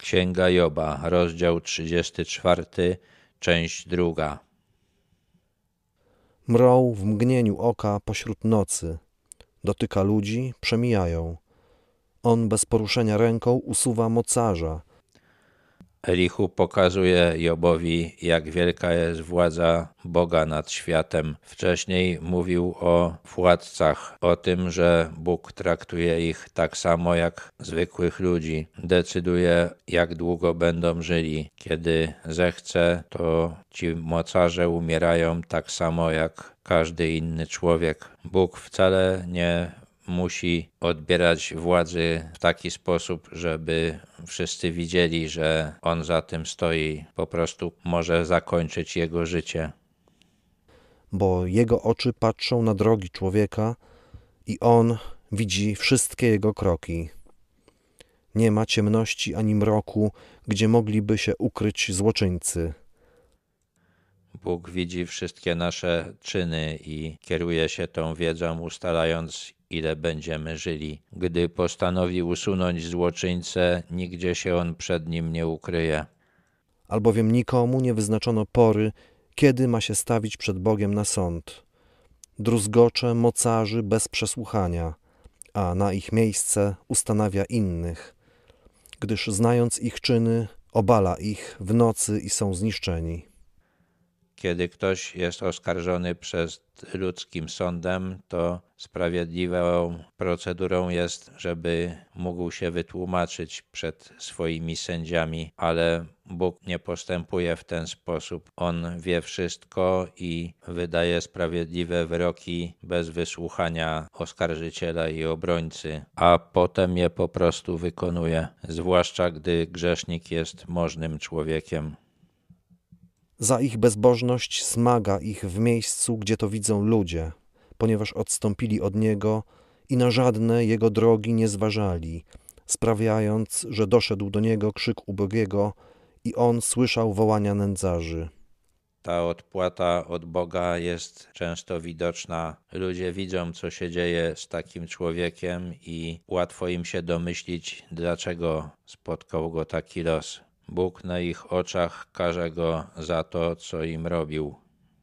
Księga Joba, rozdział 34, część 2. Mrą w mgnieniu oka pośród nocy. Dotyka ludzi, przemijają. On bez poruszenia ręką usuwa mocarza. Elihu pokazuje Jobowi, jak wielka jest władza Boga nad światem. Wcześniej mówił o władcach, o tym, że Bóg traktuje ich tak samo jak zwykłych ludzi. Decyduje, jak długo będą żyli. Kiedy zechce, to ci mocarze umierają tak samo jak każdy inny człowiek. Bóg wcale nie musi odbierać władzy w taki sposób, żeby wszyscy widzieli, że on za tym stoi. Po prostu może zakończyć jego życie. Bo jego oczy patrzą na drogi człowieka i on widzi wszystkie jego kroki. Nie ma ciemności ani mroku, gdzie mogliby się ukryć złoczyńcy. Bóg widzi wszystkie nasze czyny i kieruje się tą wiedzą, ustalając, ile będziemy żyli. Gdy postanowi usunąć złoczyńcę, nigdzie się on przed nim nie ukryje. Albowiem nikomu nie wyznaczono pory, kiedy ma się stawić przed Bogiem na sąd. Druzgocze mocarzy bez przesłuchania, a na ich miejsce ustanawia innych, gdyż znając ich czyny, obala ich w nocy i są zniszczeni. Kiedy ktoś jest oskarżony przed ludzkim sądem, to sprawiedliwą procedurą jest, żeby mógł się wytłumaczyć przed swoimi sędziami, ale Bóg nie postępuje w ten sposób. On wie wszystko i wydaje sprawiedliwe wyroki bez wysłuchania oskarżyciela i obrońcy, a potem je po prostu wykonuje, zwłaszcza gdy grzesznik jest możnym człowiekiem. Za ich bezbożność smaga ich w miejscu, gdzie to widzą ludzie, ponieważ odstąpili od Niego i na żadne Jego drogi nie zważali, sprawiając, że doszedł do Niego krzyk ubogiego i On słyszał wołania nędzarzy. Ta odpłata od Boga jest często widoczna. Ludzie widzą, co się dzieje z takim człowiekiem i łatwo im się domyślić, dlaczego spotkał go taki los. Bóg na ich oczach karze go za to, co im robił.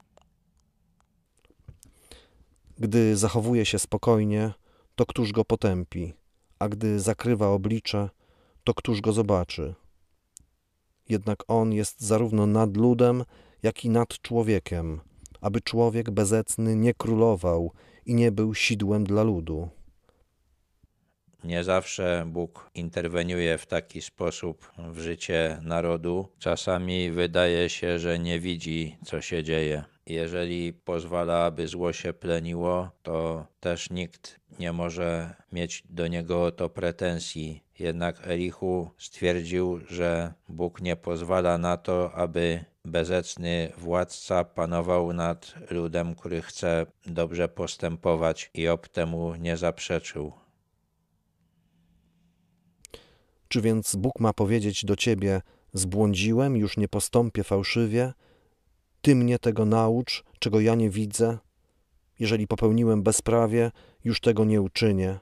Gdy zachowuje się spokojnie, to któż go potępi, a gdy zakrywa oblicze, to któż go zobaczy. Jednak On jest zarówno nad ludem, jak i nad człowiekiem, aby człowiek bezecny nie królował i nie był sidłem dla ludu. Nie zawsze Bóg interweniuje w taki sposób w życie narodu. Czasami wydaje się, że nie widzi, co się dzieje. Jeżeli pozwala, aby zło się pleniło, to też nikt nie może mieć do niego o to pretensji. Jednak Elihu stwierdził, że Bóg nie pozwala na to, aby bezecny władca panował nad ludem, który chce dobrze postępować, i Job temu nie zaprzeczył. Czy więc Bóg ma powiedzieć do ciebie: zbłądziłem, już nie postąpię fałszywie? Ty mnie tego naucz, czego ja nie widzę. Jeżeli popełniłem bezprawie, już tego nie uczynię.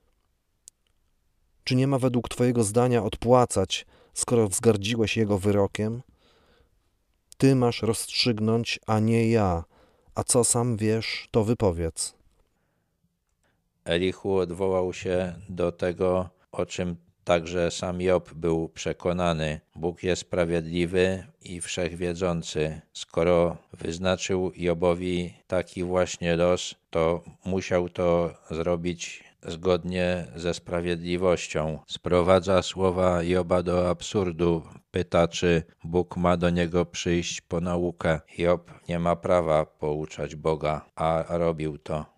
Czy nie ma według twojego zdania odpłacać, skoro wzgardziłeś jego wyrokiem? Ty masz rozstrzygnąć, a nie ja, a co sam wiesz, to wypowiedz. Elihu odwołał się do tego, o czym także sam Job był przekonany. Bóg jest sprawiedliwy i wszechwiedzący. Skoro wyznaczył Jobowi taki właśnie los, to musiał to zrobić zgodnie ze sprawiedliwością. Sprowadza słowa Joba do absurdu. Pyta, czy Bóg ma do niego przyjść po naukę. Job nie ma prawa pouczać Boga, a robił to.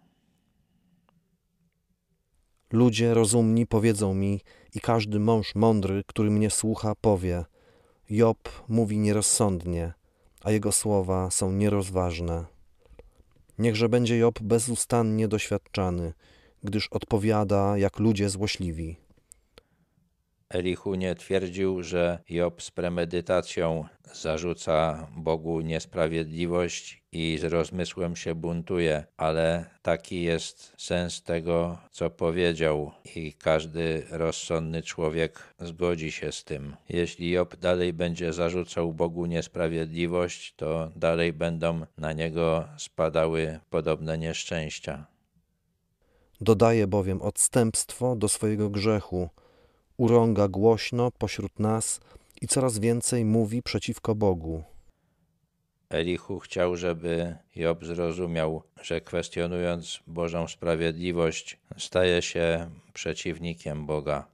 Ludzie rozumni powiedzą mi i każdy mąż mądry, który mnie słucha, powie: Job mówi nierozsądnie, a jego słowa są nierozważne. Niechże będzie Job bezustannie doświadczany, gdyż odpowiada jak ludzie złośliwi. Elihu nie twierdził, że Job z premedytacją zarzuca Bogu niesprawiedliwość i z rozmysłem się buntuje, ale taki jest sens tego, co powiedział i każdy rozsądny człowiek zgodzi się z tym. Jeśli Job dalej będzie zarzucał Bogu niesprawiedliwość, to dalej będą na niego spadały podobne nieszczęścia. Dodaje bowiem odstępstwo do swojego grzechu, urąga głośno pośród nas i coraz więcej mówi przeciwko Bogu. Elihu chciał, żeby Job zrozumiał, że kwestionując Bożą sprawiedliwość, staje się przeciwnikiem Boga.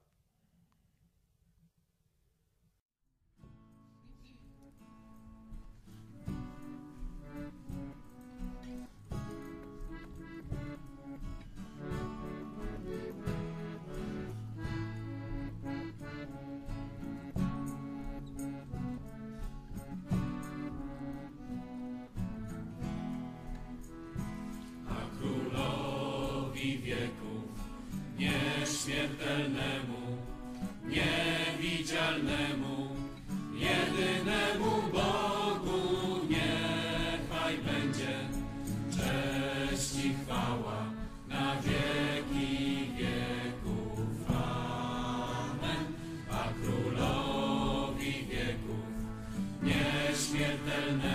Wieków, nieśmiertelnemu, niewidzialnemu, jedynemu Bogu niechaj będzie cześć i chwała na wieki wieków. Amen. A Królowi wieków, nieśmiertelnemu,